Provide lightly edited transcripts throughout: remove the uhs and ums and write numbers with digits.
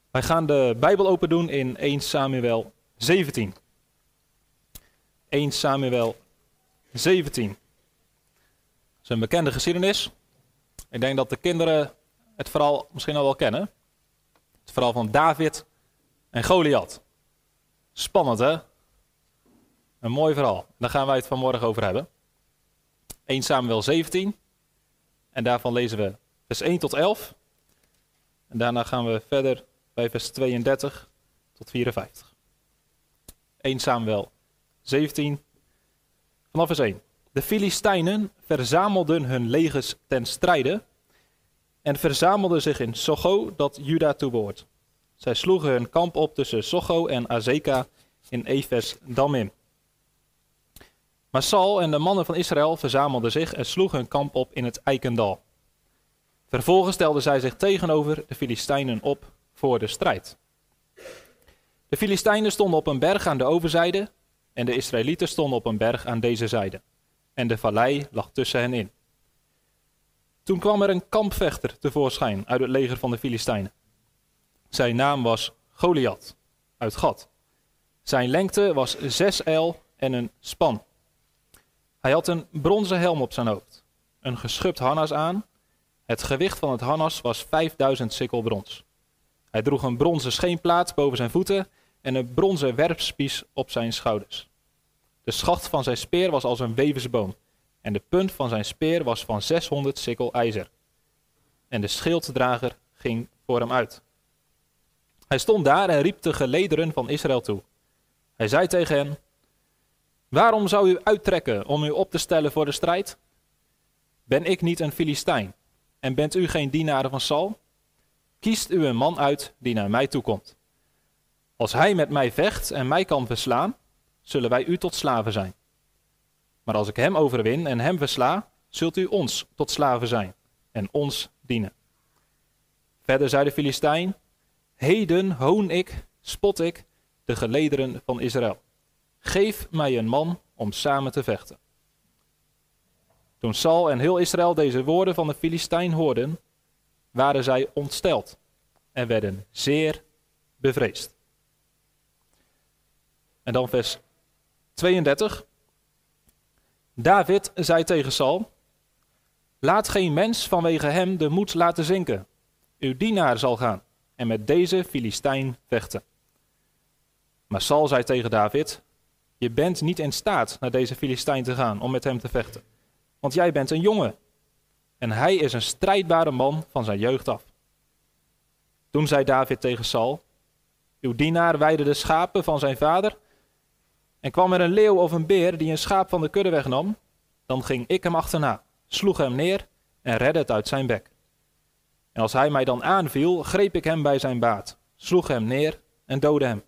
Wij gaan de Bijbel open doen in 1 Samuel 17. 1 Samuel 17. Dat is een bekende geschiedenis. Ik denk dat de kinderen het verhaal misschien al wel kennen. Het verhaal van David en Goliath. Spannend, hè? Een mooi verhaal. Daar gaan wij het vanmorgen over hebben. 1 Samuel 17. En daarvan lezen we vers 1 tot 11. En daarna gaan we verder bij vers 32 tot 54. 1 Samuel 17, vanaf vers 1. De Filistijnen verzamelden hun legers ten strijde en verzamelden zich in Socho, dat Juda toebehoort. Zij sloegen hun kamp op tussen Socho en Azeka in Efes Dammim. Maar Saul en de mannen van Israël verzamelden zich en sloegen hun kamp op in het Eikendal. Vervolgens stelden zij zich tegenover de Filistijnen op voor de strijd. De Filistijnen stonden op een berg aan de overzijde en de Israëlieten stonden op een berg aan deze zijde. En de vallei lag tussen hen in. Toen kwam er een kampvechter tevoorschijn uit het leger van de Filistijnen. Zijn naam was Goliath uit Gat. Zijn lengte was 6 el en een span. Hij had een bronzen helm op zijn hoofd, een geschubt harnas aan. Het gewicht van het harnas was 5000 sikkel brons. Hij droeg een bronzen scheenplaat boven zijn voeten en een bronzen werpspies op zijn schouders. De schacht van zijn speer was als een weversboom en de punt van zijn speer was van 600 sikkel ijzer. En de schilddrager ging voor hem uit. Hij stond daar en riep de gelederen van Israël toe. Hij zei tegen hen: waarom zou u uittrekken om u op te stellen voor de strijd? Ben ik niet een Filistijn en bent u geen dienaren van Saul? Kiest u een man uit die naar mij toekomt. Als hij met mij vecht en mij kan verslaan, zullen wij u tot slaven zijn. Maar als ik hem overwin en hem versla, zult u ons tot slaven zijn en ons dienen. Verder zei de Filistijn: heden hoon ik, spot ik de gelederen van Israël. Geef mij een man om samen te vechten. Toen Saul en heel Israël deze woorden van de Filistijn hoorden, waren zij ontsteld en werden zeer bevreesd. En dan vers 32. David zei tegen Saul: laat geen mens vanwege hem de moed laten zinken. Uw dienaar zal gaan en met deze Filistijn vechten. Maar Saul zei tegen David: je bent niet in staat naar deze Filistijn te gaan om met hem te vechten. Want jij bent een jongen. En hij is een strijdbare man van zijn jeugd af. Toen zei David tegen Saul: uw dienaar weidde de schapen van zijn vader. En kwam er een leeuw of een beer die een schaap van de kudde wegnam, dan ging ik hem achterna, sloeg hem neer en redde het uit zijn bek. En als hij mij dan aanviel, greep ik hem bij zijn baard, sloeg hem neer en doodde hem.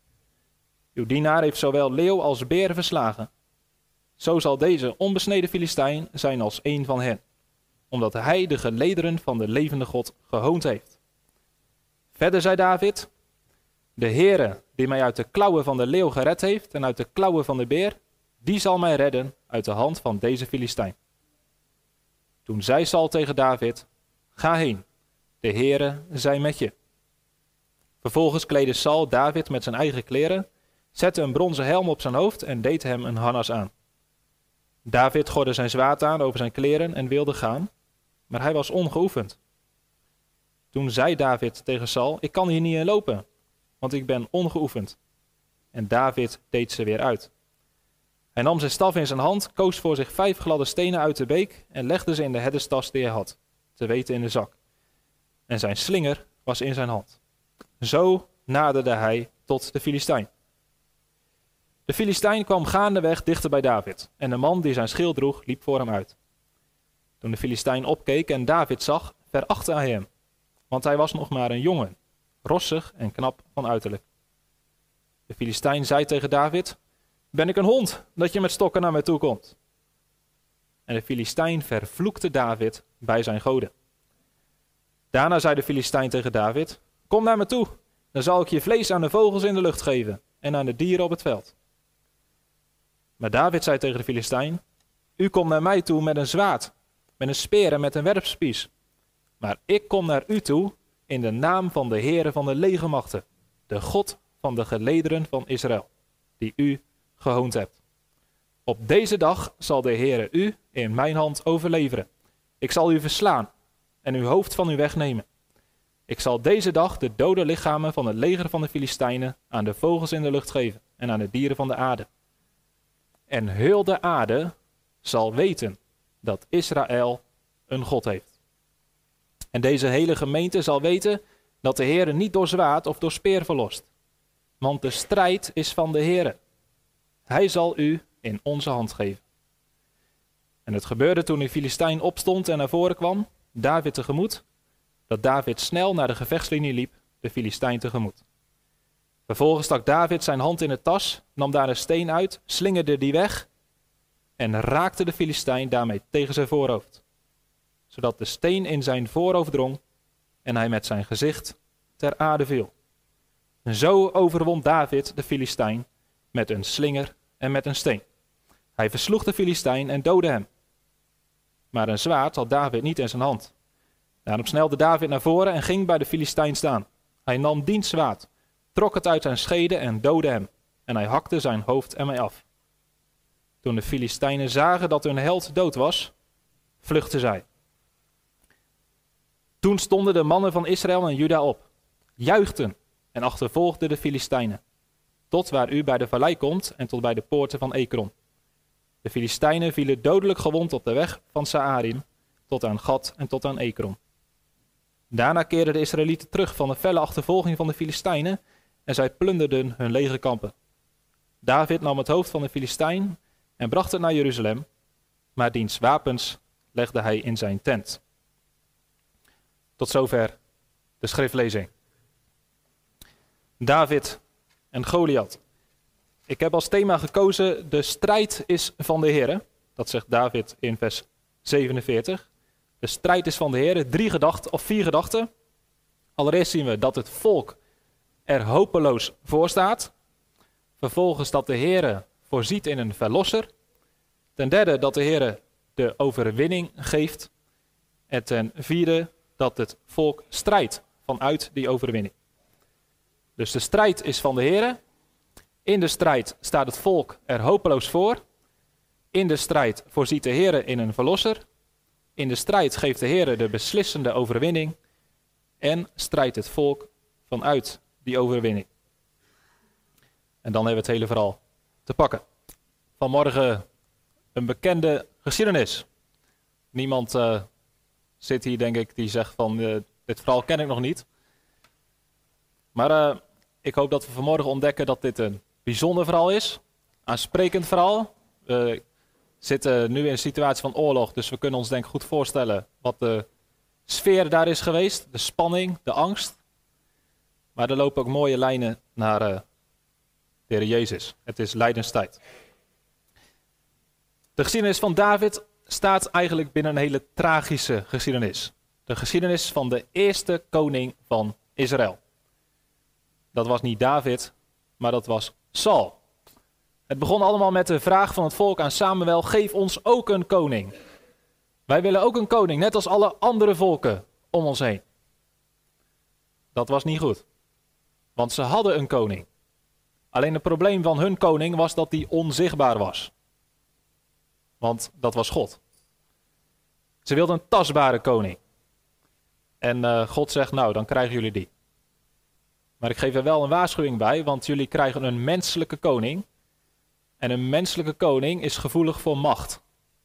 Uw dienaar heeft zowel leeuw als beer verslagen. Zo zal deze onbesneden Filistijn zijn als een van hen, omdat hij de gelederen van de levende God gehoond heeft. Verder zei David: de Heere die mij uit de klauwen van de leeuw gered heeft en uit de klauwen van de beer, die zal mij redden uit de hand van deze Filistijn. Toen zei Saul tegen David: ga heen, de Heere zij met je. Vervolgens kleedde Saul David met zijn eigen kleren, zette een bronzen helm op zijn hoofd en deed hem een harnas aan. David gordde zijn zwaard aan over zijn kleren en wilde gaan, maar hij was ongeoefend. Toen zei David tegen Saul: ik kan hier niet in lopen, want ik ben ongeoefend. En David deed ze weer uit. Hij nam zijn staf in zijn hand, koos voor zich 5 gladde stenen uit de beek en legde ze in de herderstas die hij had, te weten in de zak. En zijn slinger was in zijn hand. Zo naderde hij tot de Filistijn. De Filistijn kwam gaandeweg dichter bij David en de man die zijn schild droeg liep voor hem uit. Toen de Filistijn opkeek en David zag, verachtte hij hem, want hij was nog maar een jongen, rossig en knap van uiterlijk. De Filistijn zei tegen David: ben ik een hond dat je met stokken naar mij toe komt? En de Filistijn vervloekte David bij zijn goden. Daarna zei de Filistijn tegen David: kom naar me toe, dan zal ik je vlees aan de vogels in de lucht geven en aan de dieren op het veld. Maar David zei tegen de Filistijn: u komt naar mij toe met een zwaard, met een speer en met een werpspies. Maar ik kom naar u toe in de naam van de Heere van de legermachten, de God van de gelederen van Israël, die u gehoond hebt. Op deze dag zal de Heere u in mijn hand overleveren. Ik zal u verslaan en uw hoofd van u wegnemen. Ik zal deze dag de dode lichamen van het leger van de Filistijnen aan de vogels in de lucht geven en aan de dieren van de aarde. En heel de aarde zal weten dat Israël een God heeft. En deze hele gemeente zal weten dat de Heere niet door zwaard of door speer verlost. Want de strijd is van de Heere. Hij zal u in onze hand geven. En het gebeurde toen de Filistijn opstond en naar voren kwam, David tegemoet, dat David snel naar de gevechtslinie liep, de Filistijn tegemoet. Vervolgens stak David zijn hand in de tas, nam daar een steen uit, slingerde die weg en raakte de Filistijn daarmee tegen zijn voorhoofd, zodat de steen in zijn voorhoofd drong en hij met zijn gezicht ter aarde viel. En zo overwon David de Filistijn met een slinger en met een steen. Hij versloeg de Filistijn en doodde hem. Maar een zwaard had David niet in zijn hand. Daarop snelde David naar voren en ging bij de Filistijn staan. Hij nam diens zwaard, trok het uit zijn schede en doodde hem. En hij hakte zijn hoofd ermee af. Toen de Filistijnen zagen dat hun held dood was, vluchtten zij. Toen stonden de mannen van Israël en Juda op, juichten en achtervolgden de Filistijnen, tot waar u bij de vallei komt en tot bij de poorten van Ekron. De Filistijnen vielen dodelijk gewond op de weg van Saarim, tot aan Gat en tot aan Ekron. Daarna keerden de Israëlieten terug van de felle achtervolging van de Filistijnen en zij plunderden hun legerkampen. David nam het hoofd van de Filistijn en bracht het naar Jeruzalem, maar diens wapens legde hij in zijn tent. Tot zover de schriftlezing. David en Goliath. Ik heb als thema gekozen, de strijd is van de Heere. Dat zegt David in vers 47. De strijd is van de Heere. 4 gedachten. Allereerst zien we dat het volk er hopeloos voor staat. Vervolgens dat de Heere voorziet in een verlosser. Ten derde dat de Heere de overwinning geeft. En ten vierde dat het volk strijdt vanuit die overwinning. Dus de strijd is van de Heere. In de strijd staat het volk er hopeloos voor. In de strijd voorziet de Heere in een verlosser. In de strijd geeft de Heere de beslissende overwinning. En strijdt het volk vanuit die overwinning. En dan hebben we het hele verhaal te pakken. Vanmorgen een bekende geschiedenis. Niemand zit hier, denk ik, die zegt van dit verhaal ken ik nog niet. Maar ik hoop dat we vanmorgen ontdekken dat dit een bijzonder verhaal is. Aansprekend verhaal. We zitten nu in een situatie van oorlog, dus we kunnen ons denk ik goed voorstellen wat de sfeer daar is geweest. De spanning, de angst. Maar er lopen ook mooie lijnen naar de Heer Jezus. Het is lijdenstijd. De geschiedenis van David staat eigenlijk binnen een hele tragische geschiedenis. De geschiedenis van de eerste koning van Israël. Dat was niet David, maar dat was Saul. Het begon allemaal met de vraag van het volk aan Samuel: geef ons ook een koning. Wij willen ook een koning, net als alle andere volken om ons heen. Dat was niet goed, want ze hadden een koning. Alleen het probleem van hun koning was dat die onzichtbaar was. Want dat was God. Ze wilden een tastbare koning. En God zegt, nou, dan krijgen jullie die. Maar ik geef er wel een waarschuwing bij, want jullie krijgen een menselijke koning. En een menselijke koning is gevoelig voor macht.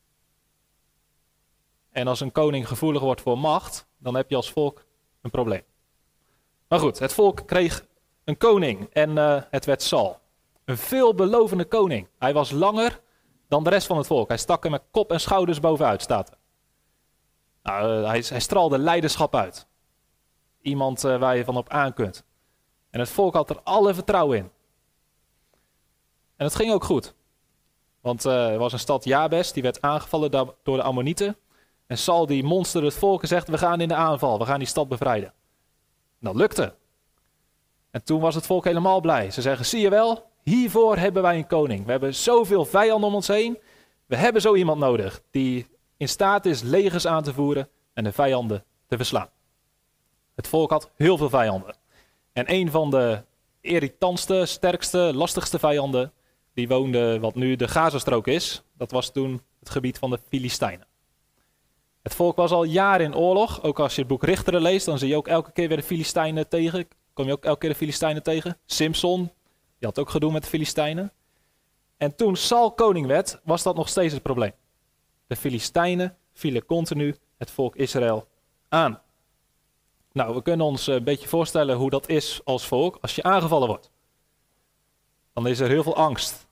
En als een koning gevoelig wordt voor macht, dan heb je als volk een probleem. Maar goed, het volk kreeg een koning en het werd Saul. Een veelbelovende koning. Hij was langer dan de rest van het volk. Hij stak er met kop en schouders bovenuit, staat er. Nou, hij straalde leiderschap uit. Iemand waar je van op aan kunt. En het volk had er alle vertrouwen in. En het ging ook goed. Want er was een stad Jabes, die werd aangevallen door de Ammonieten. En Saul die monsterde het volk en zegt, we gaan in de aanval, we gaan die stad bevrijden. En dat lukte. En toen was het volk helemaal blij. Ze zeggen, zie je wel, hiervoor hebben wij een koning. We hebben zoveel vijanden om ons heen. We hebben zo iemand nodig die in staat is legers aan te voeren en de vijanden te verslaan. Het volk had heel veel vijanden. En een van de irritantste, sterkste, lastigste vijanden, die woonde wat nu de Gazastrook is. Dat was toen het gebied van de Filistijnen. Het volk was al jaren in oorlog. Ook als je het boek Richteren leest, dan zie je ook elke keer weer de Filistijnen tegen. Kom je ook elke keer de Filistijnen tegen. Simson, die had ook gedoe met de Filistijnen. En toen Saul koning werd, was dat nog steeds het probleem. De Filistijnen vielen continu het volk Israël aan. Nou, we kunnen ons een beetje voorstellen hoe dat is als volk als je aangevallen wordt. Dan is er heel veel angst.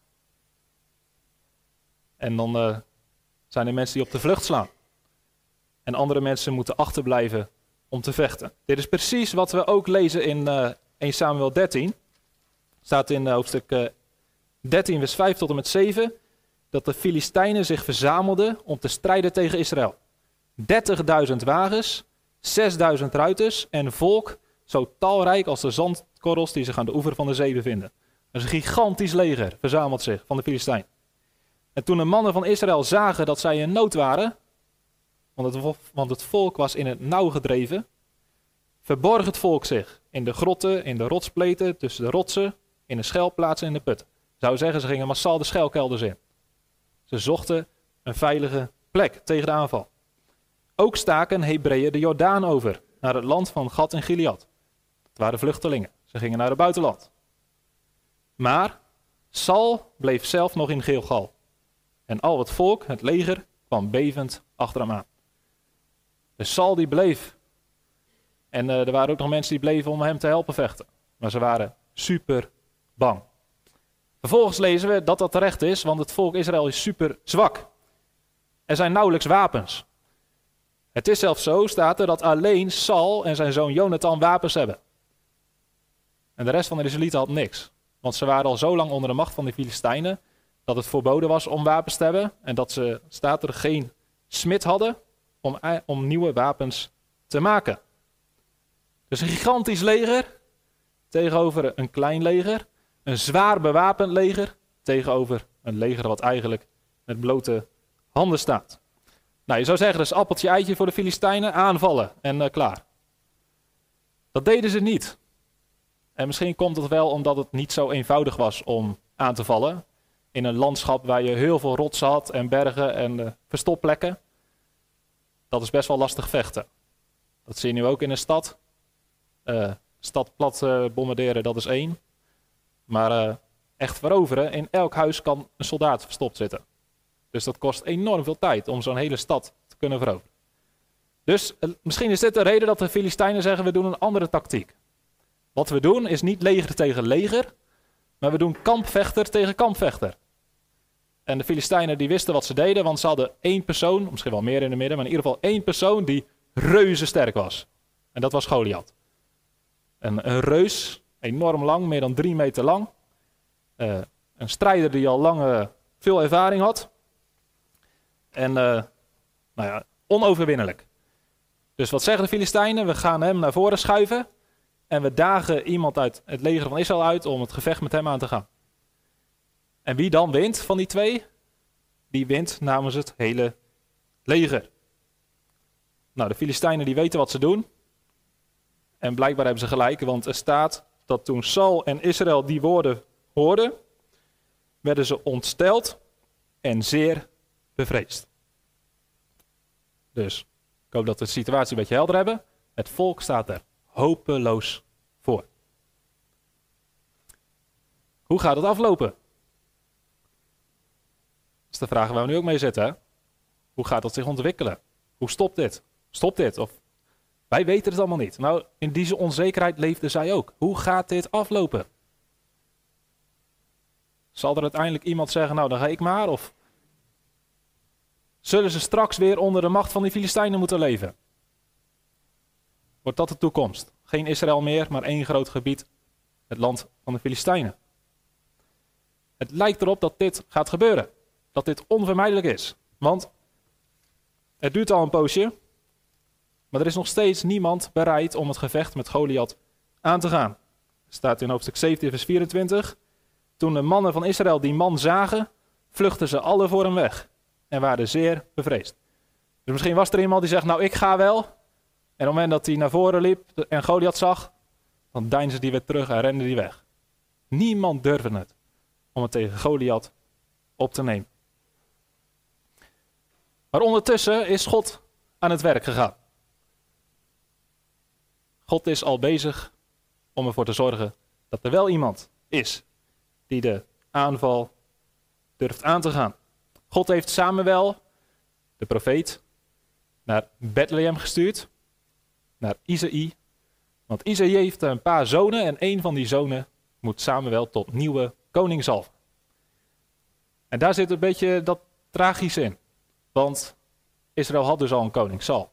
En dan zijn er mensen die op de vlucht slaan. En andere mensen moeten achterblijven om te vechten. Dit is precies wat we ook lezen in 1 Samuel 13. Staat in hoofdstuk 13 vers 5 tot en met 7. Dat de Filistijnen zich verzamelden om te strijden tegen Israël. 30.000 wagens, 6.000 ruiters en volk zo talrijk als de zandkorrels die zich aan de oever van de zee bevinden. Dat is een gigantisch leger verzamelt zich van de Filistijnen. En toen de mannen van Israël zagen dat zij in nood waren, want het volk was in het nauw gedreven, verborg het volk zich in de grotten, in de rotspleten, tussen de rotsen, in de schuilplaatsen en in de putten. Zou zeggen, ze gingen massaal de schuilkelders in. Ze zochten een veilige plek tegen de aanval. Ook staken Hebreeën de Jordaan over, naar het land van Gad en Gilead. Het waren vluchtelingen, ze gingen naar het buitenland. Maar Saul bleef zelf nog in Gilgal. En al het volk, het leger, kwam bevend achter hem aan. Dus Saul die bleef. En er waren ook nog mensen die bleven om hem te helpen vechten. Maar ze waren super bang. Vervolgens lezen we dat dat terecht is, want het volk Israël is super zwak. Er zijn nauwelijks wapens. Het is zelfs zo, staat er, dat alleen Saul en zijn zoon Jonathan wapens hebben. En de rest van de Israëlieten had niks. Want ze waren al zo lang onder de macht van de Filistijnen, dat het verboden was om wapens te hebben. En dat ze, staat er, geen smid hadden om nieuwe wapens te maken. Dus een gigantisch leger tegenover een klein leger. Een zwaar bewapend leger tegenover een leger wat eigenlijk met blote handen staat. Nou, je zou zeggen, dat is appeltje eitje voor de Filistijnen, aanvallen en klaar. Dat deden ze niet. En misschien komt het wel omdat het niet zo eenvoudig was om aan te vallen. In een landschap waar je heel veel rotsen had en bergen en verstopplekken. Dat is best wel lastig vechten. Dat zie je nu ook in een stad. Stad plat bombarderen, dat is één. Maar echt veroveren, in elk huis kan een soldaat verstopt zitten. Dus dat kost enorm veel tijd om zo'n hele stad te kunnen veroveren. Dus misschien is dit de reden dat de Filistijnen zeggen, we doen een andere tactiek. Wat we doen is niet leger tegen leger, maar we doen kampvechter tegen kampvechter. En de Filistijnen die wisten wat ze deden, want ze hadden één persoon, misschien wel meer in de midden, maar in ieder geval één persoon die reuze sterk was. En dat was Goliath. Een reus, enorm lang, meer dan 3 meter lang. Een strijder die al lang veel ervaring had. En onoverwinnelijk. Dus wat zeggen de Filistijnen? We gaan hem naar voren schuiven. En we dagen iemand uit het leger van Israël uit om het gevecht met hem aan te gaan. En wie dan wint van die twee? Die wint namens het hele leger. Nou, de Filistijnen die weten wat ze doen. En blijkbaar hebben ze gelijk, want er staat dat toen Saul en Israël die woorden hoorden, werden ze ontsteld en zeer bevreesd. Dus, ik hoop dat we de situatie een beetje helder hebben. Het volk staat er hopeloos voor. Hoe gaat het aflopen? Dat is de vraag waar we nu ook mee zitten. Hè? Hoe gaat dat zich ontwikkelen? Hoe stopt dit? Stopt dit? Of wij weten het allemaal niet. Nou, in deze onzekerheid leefden zij ook. Hoe gaat dit aflopen? Zal er uiteindelijk iemand zeggen, nou dan ga ik maar? Of zullen ze straks weer onder de macht van die Filistijnen moeten leven? Wordt dat de toekomst? Geen Israël meer, maar één groot gebied. Het land van de Filistijnen. Het lijkt erop dat dit gaat gebeuren. Dat dit onvermijdelijk is. Want het duurt al een poosje. Maar er is nog steeds niemand bereid om het gevecht met Goliath aan te gaan. Staat in hoofdstuk 17 vers 24. Toen de mannen van Israël die man zagen, vluchtten ze alle voor hem weg. En waren zeer bevreesd. Dus misschien was er iemand die zegt, nou ik ga wel. En op het moment dat hij naar voren liep en Goliath zag, dan deinsde hij weer terug en rende hij weg. Niemand durfde het om het tegen Goliath op te nemen. Maar ondertussen is God aan het werk gegaan. God is al bezig om ervoor te zorgen dat er wel iemand is die de aanval durft aan te gaan. God heeft Samuel, de profeet, naar Bethlehem gestuurd, naar Isaïe. Want Isaïe heeft een paar zonen en één van die zonen moet Samuel tot nieuwe koning zalven. En daar zit een beetje dat tragische in. Want Israël had dus al een koning, Saul.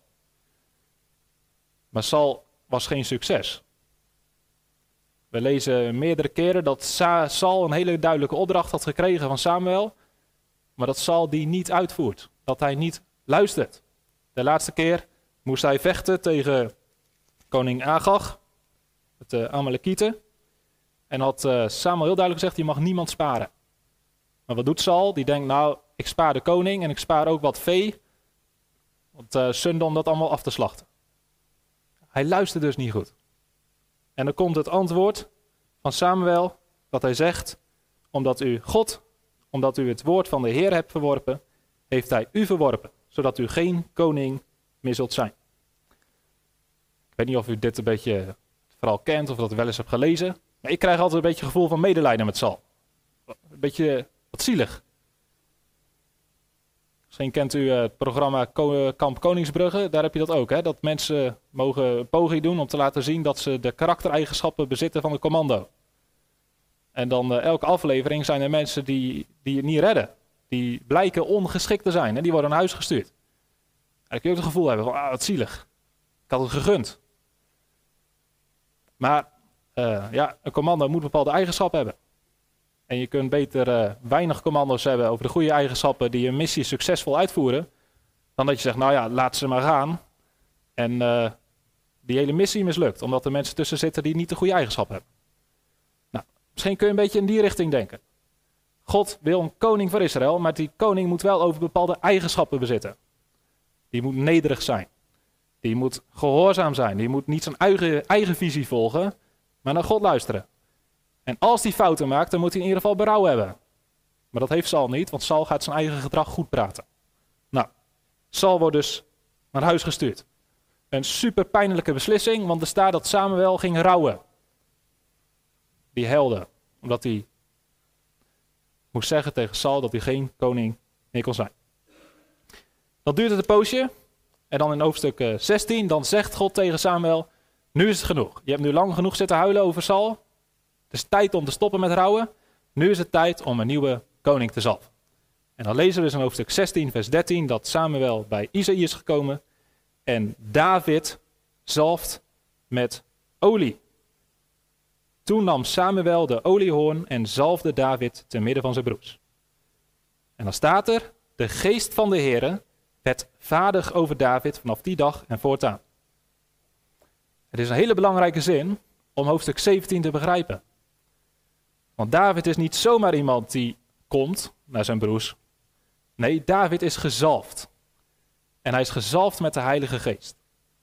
Maar Saul was geen succes. We lezen meerdere keren dat Saul een hele duidelijke opdracht had gekregen van Samuel, maar dat Saul die niet uitvoert, dat hij niet luistert. De laatste keer moest hij vechten tegen koning Agag, de Amalekieten, en had Samuel heel duidelijk gezegd, je mag niemand sparen. Maar wat doet Saul? Die denkt, nou, ik spaar de koning en ik spaar ook wat vee, want zonde om dat allemaal af te slachten. Hij luistert dus niet goed. En dan komt het antwoord van Samuel dat hij zegt, omdat u het woord van de Heer hebt verworpen, heeft hij u verworpen, zodat u geen koning meer zult zijn. Ik weet niet of u dit een beetje vooral kent of dat wel eens hebt gelezen, maar ik krijg altijd een beetje het gevoel van medelijden met Saul. Een beetje wat zielig. Misschien kent u het programma Kamp Koningsbrugge, daar heb je dat ook. Hè? Dat mensen mogen een poging doen om te laten zien dat ze de karaktereigenschappen bezitten van een commando. En dan elke aflevering zijn er mensen die het niet redden. Die blijken ongeschikt te zijn en die worden naar huis gestuurd. En dan kun je ook het gevoel hebben van, wat zielig. Ik had het gegund. Maar een commando moet bepaalde eigenschappen hebben. En je kunt beter weinig commando's hebben over de goede eigenschappen die een missie succesvol uitvoeren, dan dat je zegt, nou ja, laat ze maar gaan. En die hele missie mislukt, omdat er mensen tussen zitten die niet de goede eigenschappen hebben. Nou, misschien kun je een beetje in die richting denken. God wil een koning voor Israël, maar die koning moet wel over bepaalde eigenschappen bezitten. Die moet nederig zijn. Die moet gehoorzaam zijn. Die moet niet zijn eigen visie volgen, maar naar God luisteren. En als hij fouten maakt, dan moet hij in ieder geval berouw hebben. Maar dat heeft Saul niet, want Saul gaat zijn eigen gedrag goed praten. Nou, Saul wordt dus naar huis gestuurd. Een super pijnlijke beslissing, want er staat dat Samuel ging rouwen. Die huilde, omdat hij moest zeggen tegen Saul dat hij geen koning meer kon zijn. Dan duurt het een poosje. En dan in hoofdstuk 16, dan zegt God tegen Samuel, nu is het genoeg. Je hebt nu lang genoeg zitten huilen over Saul. Het is tijd om te stoppen met rouwen. Nu is het tijd om een nieuwe koning te zalven. En dan lezen we dus in hoofdstuk 16, vers 13, dat Samuel bij Isaïe is gekomen. En David zalft met olie. Toen nam Samuel de oliehoorn en zalfde David te midden van zijn broers. En dan staat er, de geest van de Heere werd vaardig over David vanaf die dag en voortaan. Het is een hele belangrijke zin om hoofdstuk 17 te begrijpen. Want David is niet zomaar iemand die komt naar zijn broers. Nee, David is gezalfd. En hij is gezalfd met de Heilige Geest.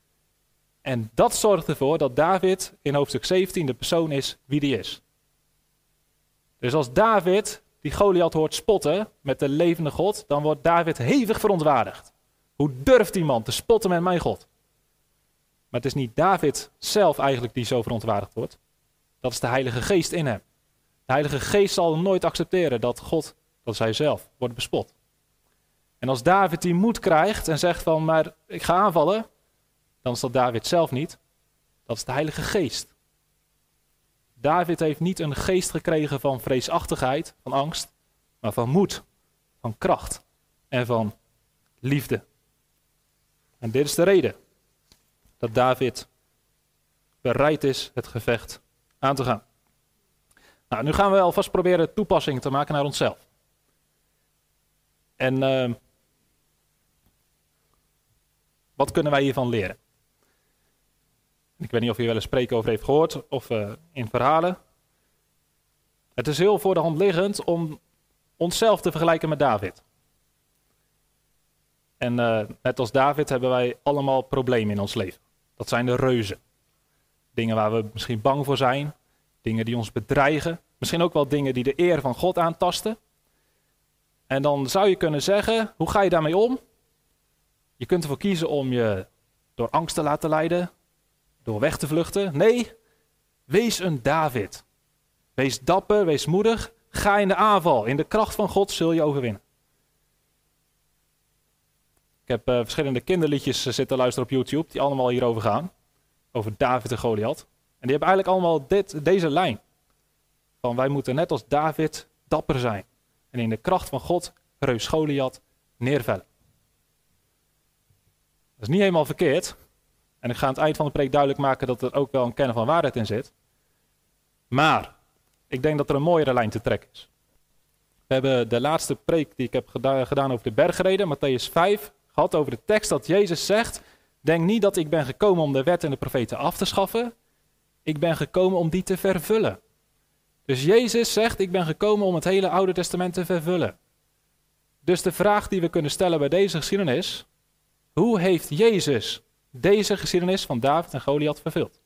En dat zorgt ervoor dat David in hoofdstuk 17 de persoon is wie die is. Dus als David die Goliath hoort spotten met de levende God, dan wordt David hevig verontwaardigd. Hoe durft die man te spotten met mijn God? Maar het is niet David zelf eigenlijk die zo verontwaardigd wordt. Dat is de Heilige Geest in hem. De Heilige Geest zal nooit accepteren dat God, dat zij zelf, wordt bespot. En als David die moed krijgt en zegt van, maar ik ga aanvallen, dan is dat David zelf niet. Dat is de Heilige Geest. David heeft niet een geest gekregen van vreesachtigheid, van angst, maar van moed, van kracht en van liefde. En dit is de reden dat David bereid is het gevecht aan te gaan. Nou, nu gaan we alvast proberen toepassingen te maken naar onszelf. En wat kunnen wij hiervan leren? Ik weet niet of u wel eens spreken over heeft gehoord of in verhalen. Het is heel voor de hand liggend om onszelf te vergelijken met David. En net als David hebben wij allemaal problemen in ons leven. Dat zijn de reuzen. Dingen waar we misschien bang voor zijn. Dingen die ons bedreigen. Misschien ook wel dingen die de eer van God aantasten. En dan zou je kunnen zeggen, hoe ga je daarmee om? Je kunt ervoor kiezen om je door angst te laten leiden. Door weg te vluchten. Nee, wees een David. Wees dapper, wees moedig. Ga in de aanval. In de kracht van God zul je overwinnen. Ik heb verschillende kinderliedjes zitten luisteren op YouTube die allemaal hierover gaan. Over David en Goliath. En die hebben eigenlijk allemaal deze lijn. Van wij moeten net als David dapper zijn. En in de kracht van God reus Goliath neervellen. Dat is niet helemaal verkeerd. En ik ga aan het eind van de preek duidelijk maken dat er ook wel een kern van waarheid in zit. Maar ik denk dat er een mooiere lijn te trekken is. We hebben de laatste preek die ik heb gedaan over de bergreden, Mattheüs 5, gehad over de tekst dat Jezus zegt: denk niet dat ik ben gekomen om de wet en de profeten af te schaffen. Ik ben gekomen om die te vervullen. Dus Jezus zegt, ik ben gekomen om het hele Oude Testament te vervullen. Dus de vraag die we kunnen stellen bij deze geschiedenis: hoe heeft Jezus deze geschiedenis van David en Goliath vervuld?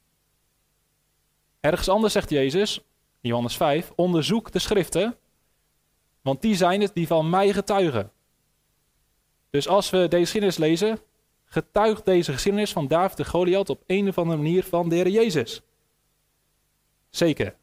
Ergens anders zegt Jezus, in Johannes 5, onderzoek de schriften, want die zijn het die van mij getuigen. Dus als we deze geschiedenis lezen, getuigt deze geschiedenis van David en Goliath op een of andere manier van de Heer Jezus. Zeker.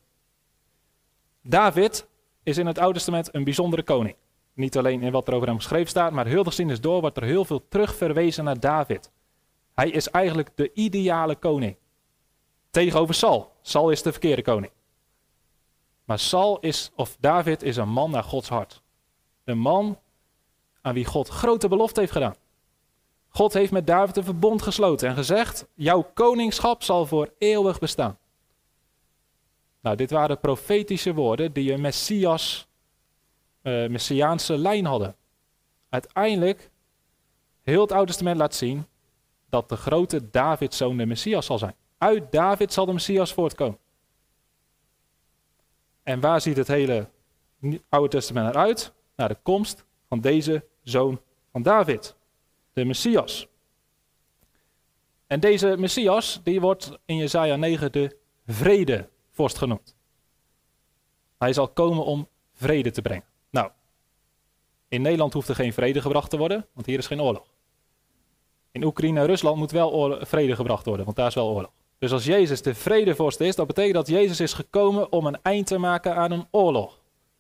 David is in het Oude Testament een bijzondere koning. Niet alleen in wat er over hem geschreven staat, maar heel de geschiedenis door wordt er heel veel terug verwezen naar David. Hij is eigenlijk de ideale koning. Tegenover Saul. Saul is de verkeerde koning. Maar David is een man naar Gods hart. Een man aan wie God grote belofte heeft gedaan. God heeft met David een verbond gesloten en gezegd: jouw koningschap zal voor eeuwig bestaan. Nou, dit waren profetische woorden die een messiaanse lijn hadden. Uiteindelijk, heel het Oude Testament laat zien dat de grote Davidszoon de Messias zal zijn. Uit David zal de Messias voortkomen. En waar ziet het hele Oude Testament eruit? Naar de komst van deze zoon van David. De Messias. En deze Messias, die wordt in Jesaja 9 de vredevorst genoemd. Hij zal komen om vrede te brengen. Nou, in Nederland hoeft er geen vrede gebracht te worden, want hier is geen oorlog. In Oekraïne en Rusland moet wel vrede gebracht worden, want daar is wel oorlog. Dus als Jezus de vredevorst is, dat betekent dat Jezus is gekomen om een eind te maken aan een oorlog.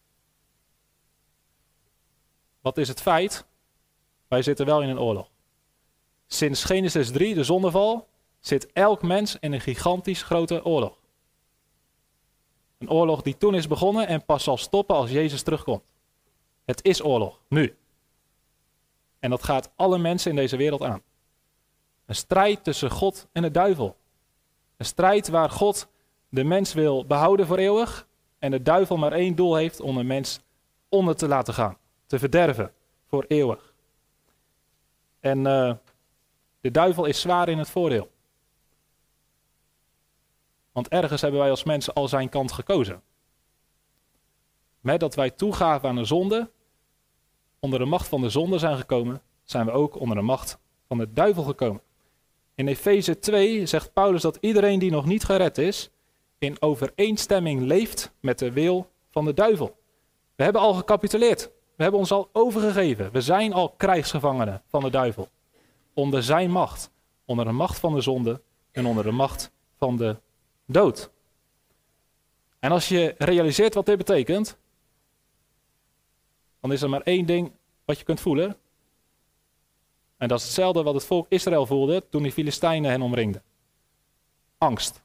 Wat is het feit? Wij zitten wel in een oorlog. Sinds Genesis 3, de zondeval, zit elk mens in een gigantisch grote oorlog. Een oorlog die toen is begonnen en pas zal stoppen als Jezus terugkomt. Het is oorlog, nu. En dat gaat alle mensen in deze wereld aan. Een strijd tussen God en de duivel. Een strijd waar God de mens wil behouden voor eeuwig en de duivel maar één doel heeft om de mens onder te laten gaan. Te verderven voor eeuwig. En de duivel is zwaar in het voordeel. Want ergens hebben wij als mensen al zijn kant gekozen. Met dat wij toegaven aan de zonde, onder de macht van de zonde zijn gekomen, zijn we ook onder de macht van de duivel gekomen. In Efeze 2 zegt Paulus dat iedereen die nog niet gered is, in overeenstemming leeft met de wil van de duivel. We hebben al gecapituleerd. We hebben ons al overgegeven. We zijn al krijgsgevangenen van de duivel. Onder zijn macht. Onder de macht van de zonde en onder de macht van de dood. En als je realiseert wat dit betekent, dan is er maar één ding wat je kunt voelen. En dat is hetzelfde wat het volk Israël voelde toen die Filistijnen hen omringden. Angst.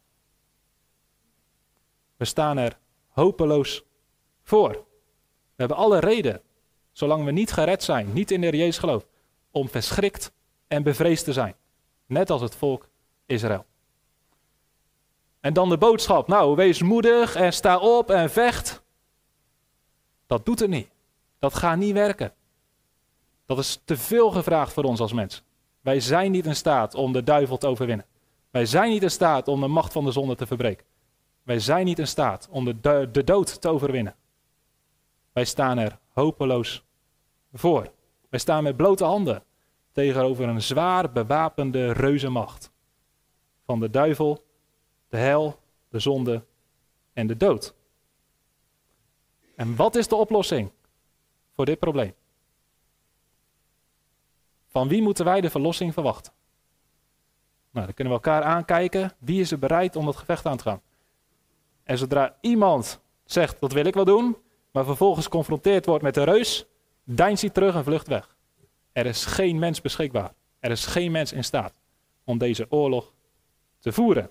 We staan er hopeloos voor. We hebben alle reden, zolang we niet gered zijn, niet in de Heer Jezus geloof, om verschrikt en bevreesd te zijn. Net als het volk Israël. En dan de boodschap, nou, wees moedig en sta op en vecht. Dat doet het niet. Dat gaat niet werken. Dat is te veel gevraagd voor ons als mens. Wij zijn niet in staat om de duivel te overwinnen. Wij zijn niet in staat om de macht van de zonde te verbreken. Wij zijn niet in staat om de dood te overwinnen. Wij staan er hopeloos voor. Wij staan met blote handen tegenover een zwaar bewapende reuzenmacht. van de duivel, de hel, de zonde en de dood. En wat is de oplossing voor dit probleem? Van wie moeten wij de verlossing verwachten? Nou, dan kunnen we elkaar aankijken. Wie is er bereid om dat gevecht aan te gaan? En zodra iemand zegt, dat wil ik wel doen, maar vervolgens geconfronteerd wordt met de reus, deinst hij terug en vlucht weg. Er is geen mens beschikbaar. Er is geen mens in staat om deze oorlog te voeren.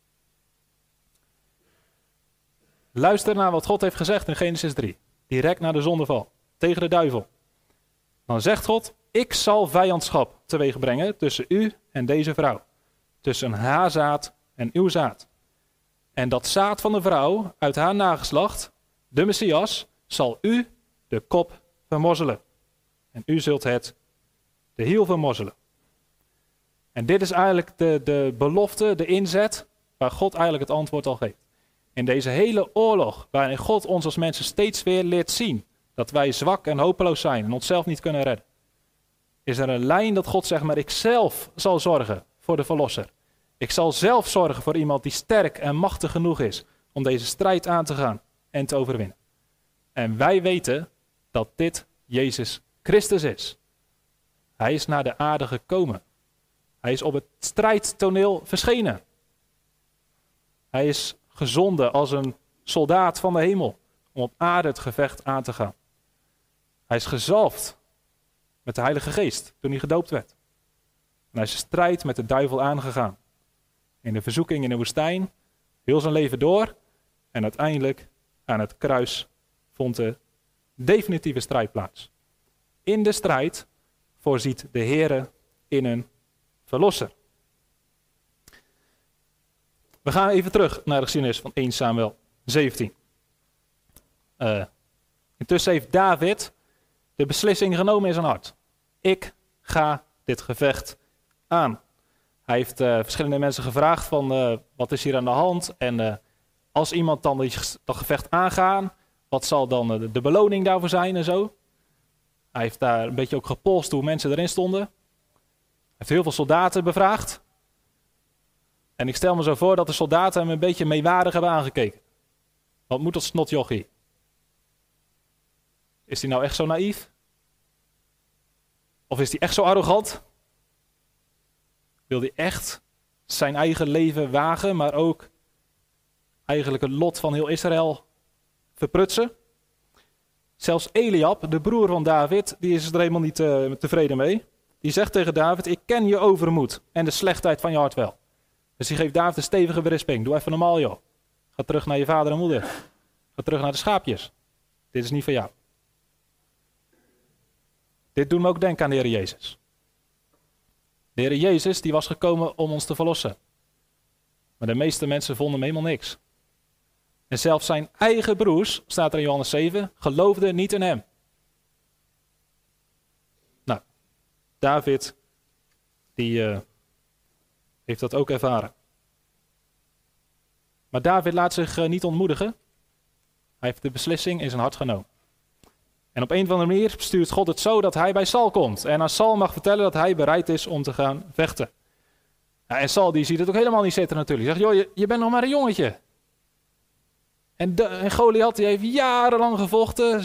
Luister naar wat God heeft gezegd in Genesis 3. Direct na de zondeval. Tegen de duivel. Dan zegt God, ik zal vijandschap teweeg brengen tussen u en deze vrouw. Tussen haar zaad en uw zaad. En dat zaad van de vrouw uit haar nageslacht, de Messias, zal u de kop vermorzelen. En u zult het de hiel vermorzelen. En dit is eigenlijk de belofte, de inzet, waar God eigenlijk het antwoord al geeft. In deze hele oorlog, waarin God ons als mensen steeds weer leert zien dat wij zwak en hopeloos zijn en onszelf niet kunnen redden, is er een lijn dat God zegt, maar ik zelf zal zorgen voor de verlosser. Ik zal zelf zorgen voor iemand die sterk en machtig genoeg is om deze strijd aan te gaan en te overwinnen. En wij weten dat dit Jezus Christus is. Hij is naar de aarde gekomen. Hij is op het strijdtoneel verschenen. Hij is gezonden als een soldaat van de hemel om op aarde het gevecht aan te gaan. Hij is gezalfd met de Heilige Geest toen hij gedoopt werd. En hij is de strijd met de duivel aangegaan. In de verzoeking in de woestijn, heel zijn leven door. En uiteindelijk aan het kruis vond de definitieve strijd plaats. In de strijd voorziet de Heere in een verlosser. We gaan even terug naar de geschiedenis van 1 Samuel 17. Intussen heeft David de beslissing genomen in zijn hart. Ik ga dit gevecht aan. Hij heeft verschillende mensen gevraagd van wat is hier aan de hand? En als iemand dan dat gevecht aangaan, wat zal dan de beloning daarvoor zijn en zo? Hij heeft daar een beetje ook gepolst hoe mensen erin stonden. Hij heeft heel veel soldaten bevraagd. En ik stel me zo voor dat de soldaten hem een beetje meewarig hebben aangekeken. Wat moet dat snotjochie? Is hij nou echt zo naïef? Of is hij echt zo arrogant? Wil hij echt zijn eigen leven wagen, maar ook eigenlijk het lot van heel Israël verprutsen? Zelfs Eliab, de broer van David, die is er helemaal niet tevreden mee. Die zegt tegen David, ik ken je overmoed en de slechtheid van je hart wel. Dus die geeft David een stevige berisping. Doe even normaal joh. Ga terug naar je vader en moeder. Ga terug naar de schaapjes. Dit is niet voor jou. Dit doet me ook denken aan de Heer Jezus. De Heer Jezus die was gekomen om ons te verlossen. Maar de meeste mensen vonden hem helemaal niks. En zelfs zijn eigen broers, staat er in Johannes 7, geloofden niet in hem. Nou, David, die heeft dat ook ervaren. Maar David laat zich niet ontmoedigen. Hij heeft de beslissing in zijn hart genomen. En op een of andere manier stuurt God het zo dat hij bij Saul komt. En aan Saul mag vertellen dat hij bereid is om te gaan vechten. Ja, en Saul die ziet het ook helemaal niet zitten natuurlijk. Hij zegt, joh, je bent nog maar een jongetje. En Goliath die heeft jarenlang gevochten.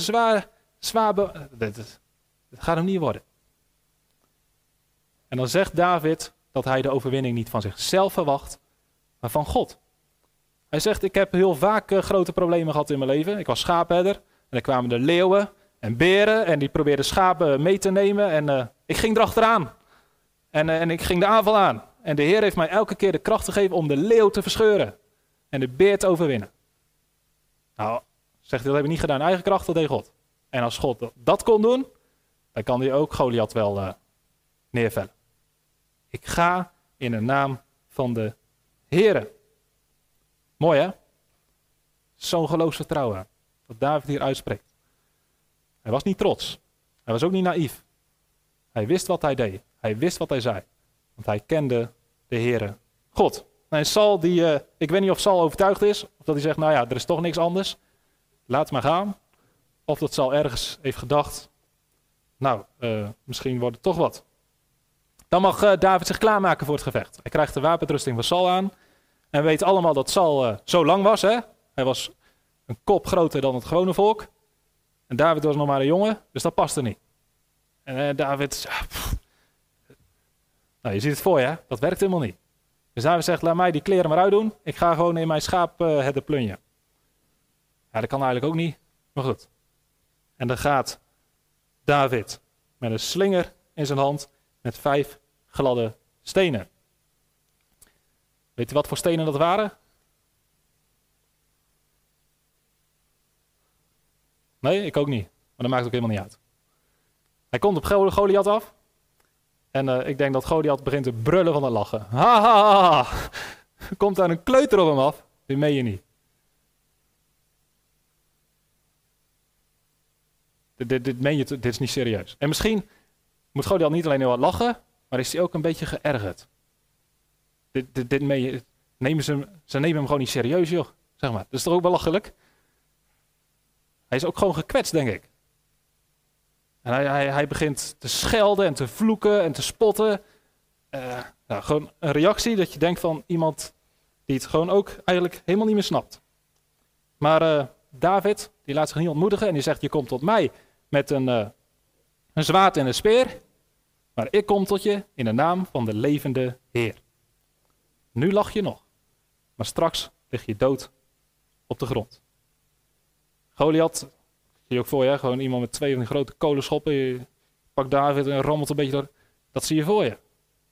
Dat gaat hem niet worden. En dan zegt David dat hij de overwinning niet van zichzelf verwacht, maar van God. Hij zegt, ik heb heel vaak grote problemen gehad in mijn leven. Ik was schaapherder en dan kwamen de leeuwen en beren en die probeerden schapen mee te nemen. En ik ging erachteraan. En ik ging de aanval aan. En de Heer heeft mij elke keer de kracht gegeven om de leeuw te verscheuren. En de beer te overwinnen. Nou, zegt hij, dat heb ik niet gedaan in eigen kracht, dat deed God. En als God dat kon doen, dan kan hij ook Goliath wel neervellen. Ik ga in de naam van de Heere. Mooi hè? Zo'n geloofsvertrouwen dat David hier uitspreekt. Hij was niet trots. Hij was ook niet naïef. Hij wist wat hij deed. Hij wist wat hij zei. Want hij kende de Heere God. En Saul, ik weet niet of Saul overtuigd is. Of dat hij zegt, nou ja, er is toch niks anders. Laat maar gaan. Of dat Saul ergens heeft gedacht. Nou, misschien wordt het toch wat. Dan mag David zich klaarmaken voor het gevecht. Hij krijgt de wapenrusting van Saul aan. En we weten allemaal dat Saul zo lang was. Hè? Hij was een kop groter dan het gewone volk. En David was nog maar een jongen, dus dat paste niet. En David... Nou, je ziet het voor je, hè? Dat werkt helemaal niet. Dus David zegt, laat mij die kleren maar uitdoen. Ik ga gewoon in mijn schaapherder plunjen. Ja, dat kan eigenlijk ook niet. Maar goed. En dan gaat David met een slinger in zijn hand met 5 gladde stenen. Weet je wat voor stenen dat waren? Nee, ik ook niet. Maar dat maakt ook helemaal niet uit. Hij komt op Goliath af. En ik denk dat Goliath begint te brullen van het lachen. Ha, ha, ha. Komt daar een kleuter op hem af? Dit meen je niet. Dit meen je, dit is niet serieus. En misschien moet Goliath niet alleen heel hard lachen, maar is hij ook een beetje geërgerd. Dit meen je, ze nemen hem gewoon niet serieus, joh. Zeg maar. Dat is toch ook belachelijk? Hij is ook gewoon gekwetst, denk ik. En hij begint te schelden en te vloeken en te spotten. Nou, gewoon een reactie dat je denkt van iemand die het gewoon ook eigenlijk helemaal niet meer snapt. Maar David, die laat zich niet ontmoedigen en die zegt, je komt tot mij met een zwaard en een speer. Maar ik kom tot je in de naam van de levende Heer. Nu lach je nog, maar straks lig je dood op de grond. Goliath, zie je ook voor je, gewoon iemand met 2 van die grote kolenschoppen. Je pakt David en rammelt een beetje door. Dat zie je voor je.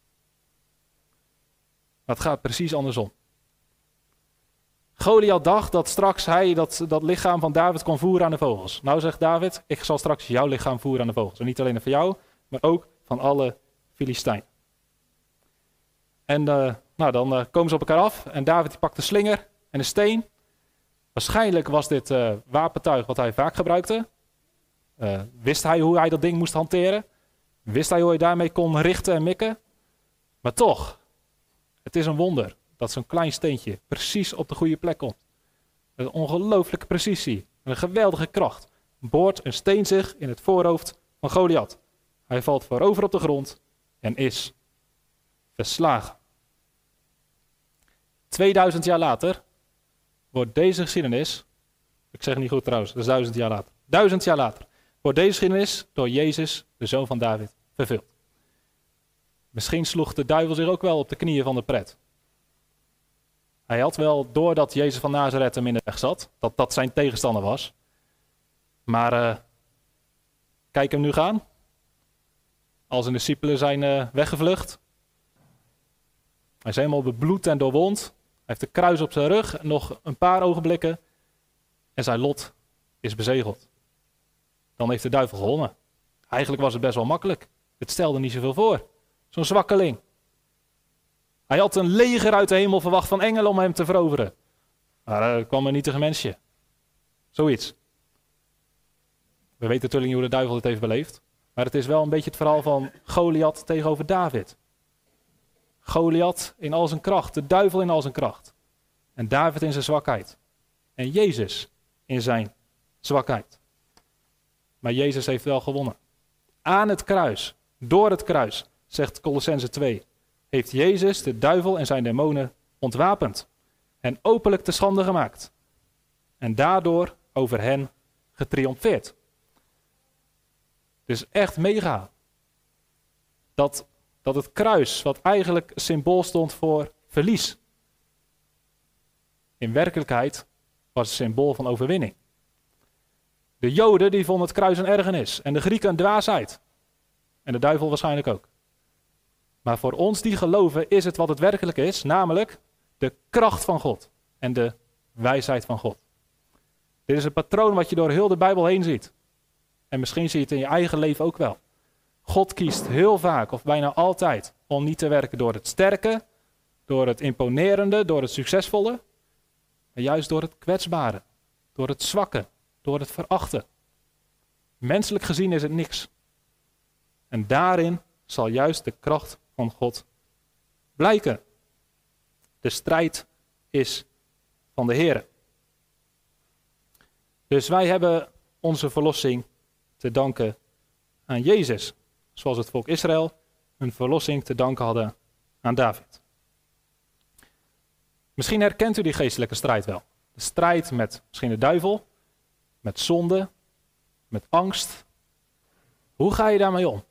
Maar het gaat precies andersom. Goliath dacht dat straks hij dat lichaam van David kon voeren aan de vogels. Nou zegt David, ik zal straks jouw lichaam voeren aan de vogels. En niet alleen van jou, maar ook van alle Filistijnen. En dan komen ze op elkaar af en David die pakt de slinger en een steen. Waarschijnlijk was dit wapentuig wat hij vaak gebruikte. Wist hij hoe hij dat ding moest hanteren? Wist hij hoe hij daarmee kon richten en mikken? Maar toch, het is een wonder dat zo'n klein steentje precies op de goede plek komt. Met een ongelooflijke precisie en een geweldige kracht boort een steen zich in het voorhoofd van Goliath. Hij valt voorover op de grond en is verslagen. 2000 jaar later wordt deze geschiedenis, ik zeg het niet goed trouwens, dat is 1000 jaar later. 1000 jaar later wordt deze geschiedenis door Jezus, de zoon van David, vervuld. Misschien sloeg de duivel zich ook wel op de knieën van de pret. Hij had wel door dat Jezus van Nazareth hem in de weg zat, dat dat zijn tegenstander was. Maar kijk hem nu gaan. Al zijn discipelen zijn weggevlucht. Hij is helemaal bebloed en doorwond. Hij heeft een kruis op zijn rug, nog een paar ogenblikken en zijn lot is bezegeld. Dan heeft de duivel gewonnen. Eigenlijk was het best wel makkelijk. Het stelde niet zoveel voor. Zo'n zwakkeling. Hij had een leger uit de hemel verwacht van engelen om hem te veroveren. Maar er kwam een nietige mensje. Zoiets. We weten natuurlijk niet hoe de duivel het heeft beleefd. Maar het is wel een beetje het verhaal van Goliath tegenover David. Goliath in al zijn kracht, de duivel in al zijn kracht. En David in zijn zwakheid. En Jezus in zijn zwakheid. Maar Jezus heeft wel gewonnen. Aan het kruis, door het kruis, zegt Colossenzen 2, heeft Jezus de duivel en zijn demonen ontwapend. En openlijk te schande gemaakt. En daardoor over hen getriomfeerd. Dus echt mega. Dat het kruis, wat eigenlijk symbool stond voor verlies. In werkelijkheid was het symbool van overwinning. De Joden die vonden het kruis een ergernis. En de Grieken een dwaasheid. En de duivel waarschijnlijk ook. Maar voor ons die geloven is het wat het werkelijk is. Namelijk de kracht van God. En de wijsheid van God. Dit is een patroon wat je door heel de Bijbel heen ziet. En misschien zie je het in je eigen leven ook wel. God kiest heel vaak, of bijna altijd, om niet te werken door het sterke, door het imponerende, door het succesvolle, maar juist door het kwetsbare, door het zwakke, door het verachten. Menselijk gezien is het niks. En daarin zal juist de kracht van God blijken. De strijd is van de Heere. Dus wij hebben onze verlossing te danken aan Jezus. Zoals het volk Israël hun verlossing te danken hadden aan David. Misschien herkent u die geestelijke strijd wel. De strijd met misschien de duivel, met zonde, met angst. Hoe ga je daarmee om?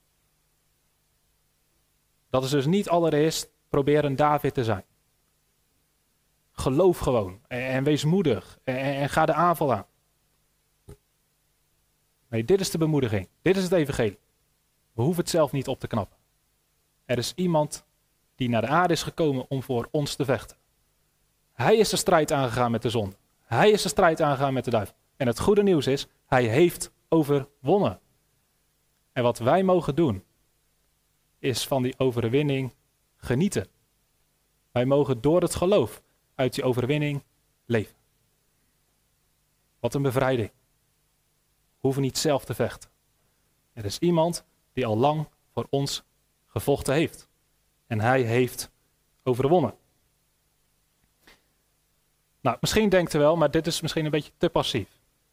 Dat is dus niet allereerst proberen David te zijn. Geloof gewoon en wees moedig en ga de aanval aan. Nee, dit is de bemoediging. Dit is het evangelie. We hoeven het zelf niet op te knappen. Er is iemand die naar de aarde is gekomen om voor ons te vechten. Hij is de strijd aangegaan met de zonde. Hij is de strijd aangegaan met de duivel. En het goede nieuws is, hij heeft overwonnen. En wat wij mogen doen, is van die overwinning genieten. Wij mogen door het geloof uit die overwinning leven. Wat een bevrijding. We hoeven niet zelf te vechten. Er is iemand die al lang voor ons gevochten heeft. En hij heeft overwonnen. Nou, misschien denkt u wel, maar dit is misschien een beetje te passief.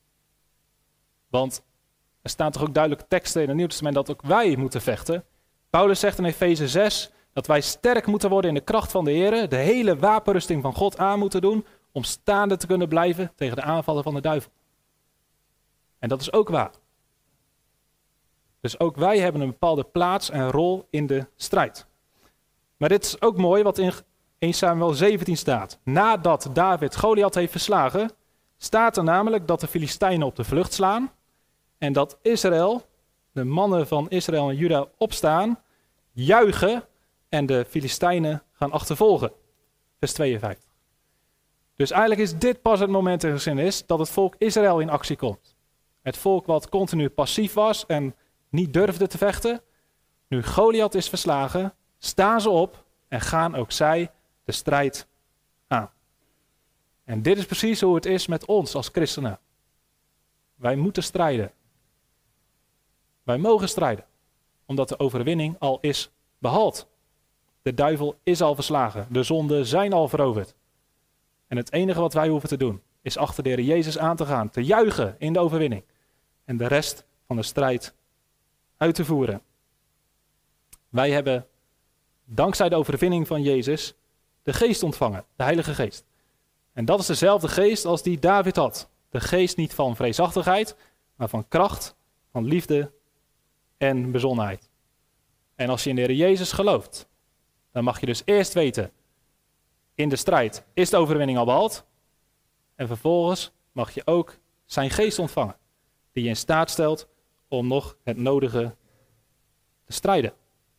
Want er staan toch ook duidelijke teksten in het Nieuw Testament dat ook wij moeten vechten. Paulus zegt in Efeze 6 dat wij sterk moeten worden in de kracht van de Heer, de hele wapenrusting van God aan moeten doen om staande te kunnen blijven tegen de aanvallen van de duivel. En dat is ook waar. Dus ook wij hebben een bepaalde plaats en rol in de strijd. Maar dit is ook mooi wat in 1 Samuel 17 staat. Nadat David Goliath heeft verslagen, staat er namelijk dat de Filistijnen op de vlucht slaan en dat Israël, de mannen van Israël en Juda opstaan, juichen en de Filistijnen gaan achtervolgen. Vers 52. Dus eigenlijk is dit pas het moment in de geschiedenis dat het volk Israël in actie komt. Het volk wat continu passief was en niet durfde te vechten. Nu Goliath is verslagen, staan ze op en gaan ook zij de strijd aan. En dit is precies hoe het is met ons als christenen. Wij moeten strijden. Wij mogen strijden, omdat de overwinning al is behaald. De duivel is al verslagen, de zonden zijn al veroverd. En het enige wat wij hoeven te doen, is achter de Heer Jezus aan te gaan, te juichen in de overwinning. En de rest van de strijd uit te voeren. Wij hebben, dankzij de overwinning van Jezus, de geest ontvangen, de Heilige Geest. En dat is dezelfde geest als die David had. De geest niet van vreesachtigheid, maar van kracht, van liefde en bezonnenheid. En als je in de Heer Jezus gelooft, dan mag je dus eerst weten, in de strijd is de overwinning al behaald. En vervolgens mag je ook zijn geest ontvangen, die je in staat stelt om nog het nodige te strijden.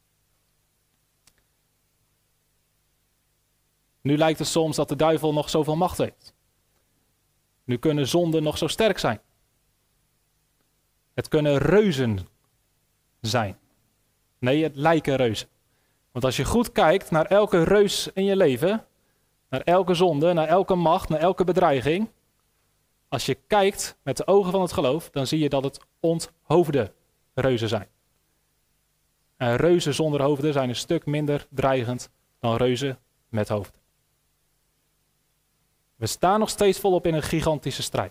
Nu lijkt het soms dat de duivel nog zoveel macht heeft. Nu kunnen zonden nog zo sterk zijn. Het kunnen reuzen zijn. Nee, het lijken reuzen. Want als je goed kijkt naar elke reus in je leven, naar elke zonde, naar elke macht, naar elke bedreiging. Als je kijkt met de ogen van het geloof, dan zie je dat het onthoofde reuzen zijn. En reuzen zonder hoofden zijn een stuk minder dreigend dan reuzen met hoofden. We staan nog steeds volop in een gigantische strijd.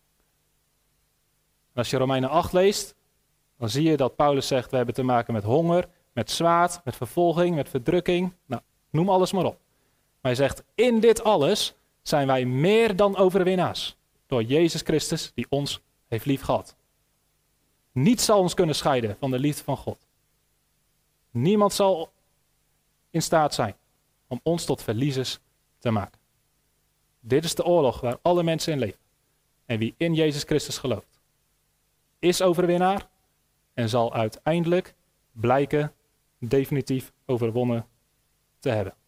En als je Romeinen 8 leest, dan zie je dat Paulus zegt, we hebben te maken met honger, met zwaard, met vervolging, met verdrukking. Nou, noem alles maar op. Maar hij zegt, in dit alles zijn wij meer dan overwinnaars. Door Jezus Christus die ons heeft lief gehad. Niets zal ons kunnen scheiden van de liefde van God. Niemand zal in staat zijn om ons tot verliezers te maken. Dit is de oorlog waar alle mensen in leven. En wie in Jezus Christus gelooft, is overwinnaar en zal uiteindelijk blijken definitief overwonnen te hebben.